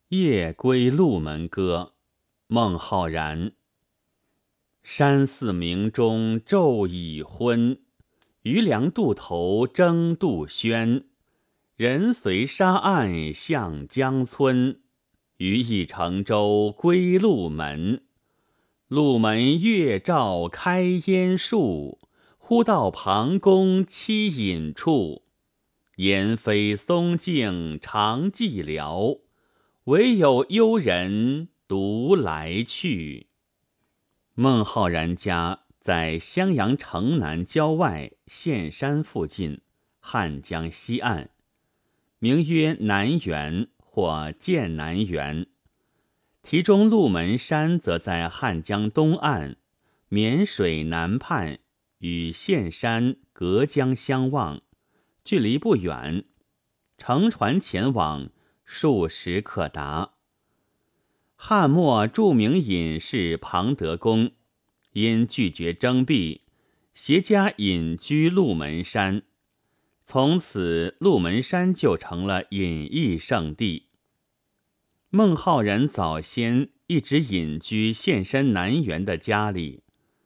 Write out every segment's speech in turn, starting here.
夜归鹿门歌，孟浩然。山寺明钟昼已昏，渔梁渡头争渡轩。人随沙岸向江村，余亦乘舟归鹿门。鹿门月照开烟树，忽到庞公栖隐处。言非松径长寂寥，唯有幽人独来去。孟浩然家在襄阳城南郊外岘山附近，汉江西岸，名曰南园或剑南园。题中鹿门山则在汉江东岸，沔水南畔，与岘山隔江相望，距离不远，乘船前往数时可达。汉末著名隐士庞德公因拒绝征辟，携家隐居鹿门山，从此鹿门山就成了隐逸圣地。孟浩然早先一直隐居岘山南园的家里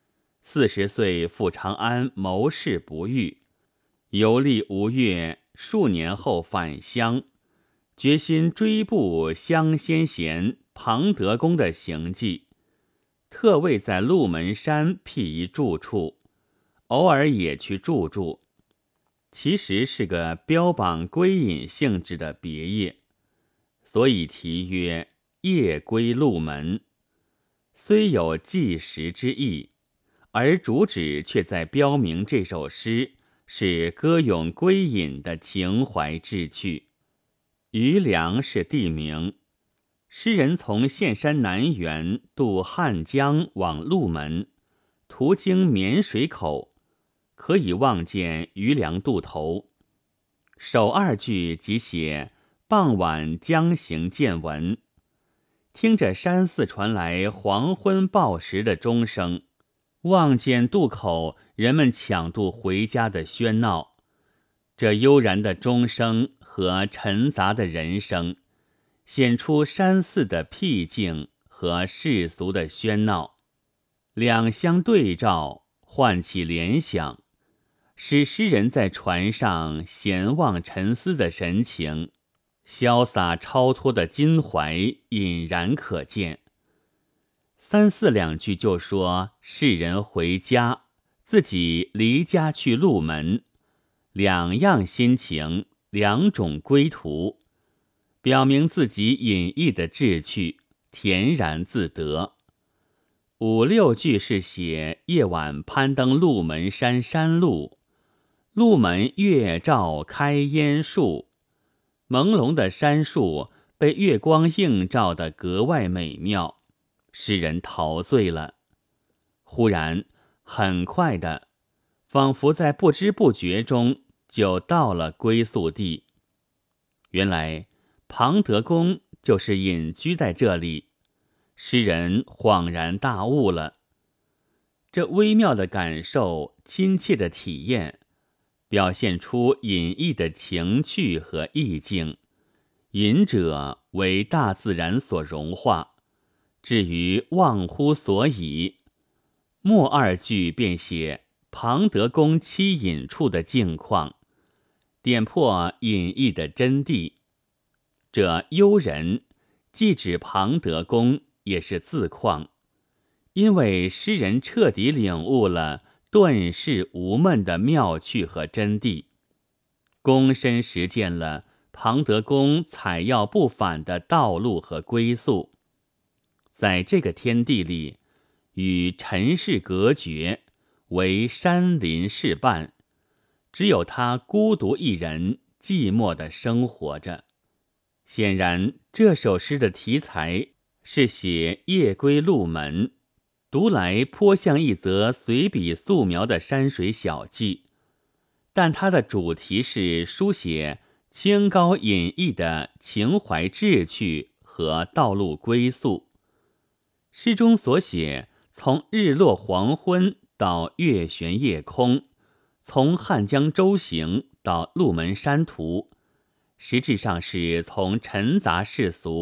，40岁赴长安谋事不遇，游历吴越，数年后返乡，决心追步乡先贤庞德公的行迹，特为在鹿门山辟一住处，偶尔也去住，其实是个标榜归隐性质的别业，所以题曰夜归鹿门。虽有纪实之意，而主旨却在标明这首诗是歌咏归隐的情怀志趣。渔梁是地名，诗人从岘山南园渡汉江往鹿门，途经沔水口，可以望见渔梁渡头。首2句即写傍晚江行见闻，听着山寺传来黄昏报时的钟声，望见渡口人们抢渡回家的喧闹，这悠然的钟声和沉杂的人声，显出山寺的僻静和世俗的喧闹，两相对照，唤起联想，使诗人在船上闲望沉思的神情，潇洒超脱的襟怀隐然可见。3、4两句就说世人回家，自己离家去鹿门，两样心情，两种归途，表明自己隐逸的志趣，恬然自得。5、6句是写夜晚攀登鹿门山山路，鹿门月照开烟树，朦胧的山树被月光映照得格外美妙，诗人陶醉了。忽然很快的，仿佛在不知不觉中就到了归宿地。原来庞德公就是隐居在这里，诗人恍然大悟了。这微妙的感受，亲切的体验，表现出隐逸的情趣和意境。隐者为大自然所融化，至于忘乎所以。末2句便写庞德公栖隐处的境况，点破隐逸的真谛。这幽人既指庞德公，也是自况，因为诗人彻底领悟了遁世无闷的妙趣和真谛，躬身实践了庞德公采药不返的道路和归宿。在这个天地里，与尘世隔绝，为山林世伴，只有他孤独一人，寂寞地生活着。显然这首诗的题材是写夜归鹿门，读来颇像一则随笔素描的山水小记，但它的主题是书写清高隐逸的情怀志趣和道路归宿。诗中所写从日落黄昏到月悬夜空，从汉江舟行到鹿门山途，实质上是从尘杂世俗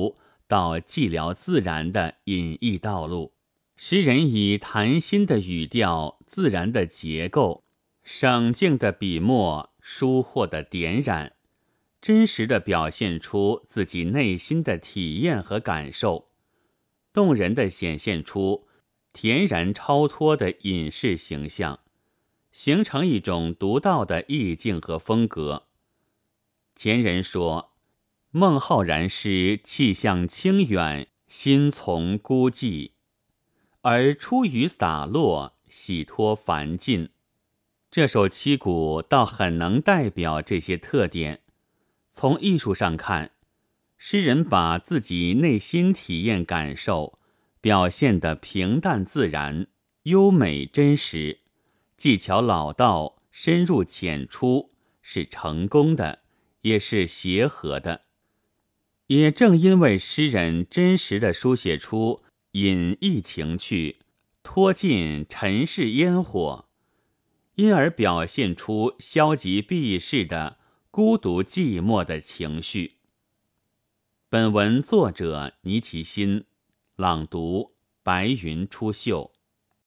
到寂寥自然的隐逸道路。诗人以谈心的语调、自然的结构、省静的笔墨、疏获的点染，真实地表现出自己内心的体验和感受，动人地显现出恬然超脱的隐士形象，形成一种独到的意境和风格。前人说，孟浩然诗气象清远，心从孤寂，而出语洒落，喜脱凡尽。这首七古倒很能代表这些特点。从艺术上看，诗人把自己内心体验感受表现得平淡自然、优美真实，技巧老道、深入浅出，是成功的，也是协和的。也正因为诗人真实地书写出隐逸情趣，脱尽尘世烟火，因而表现出消极避世的孤独寂寞的情绪。本文作者倪其新，朗读白云出岫。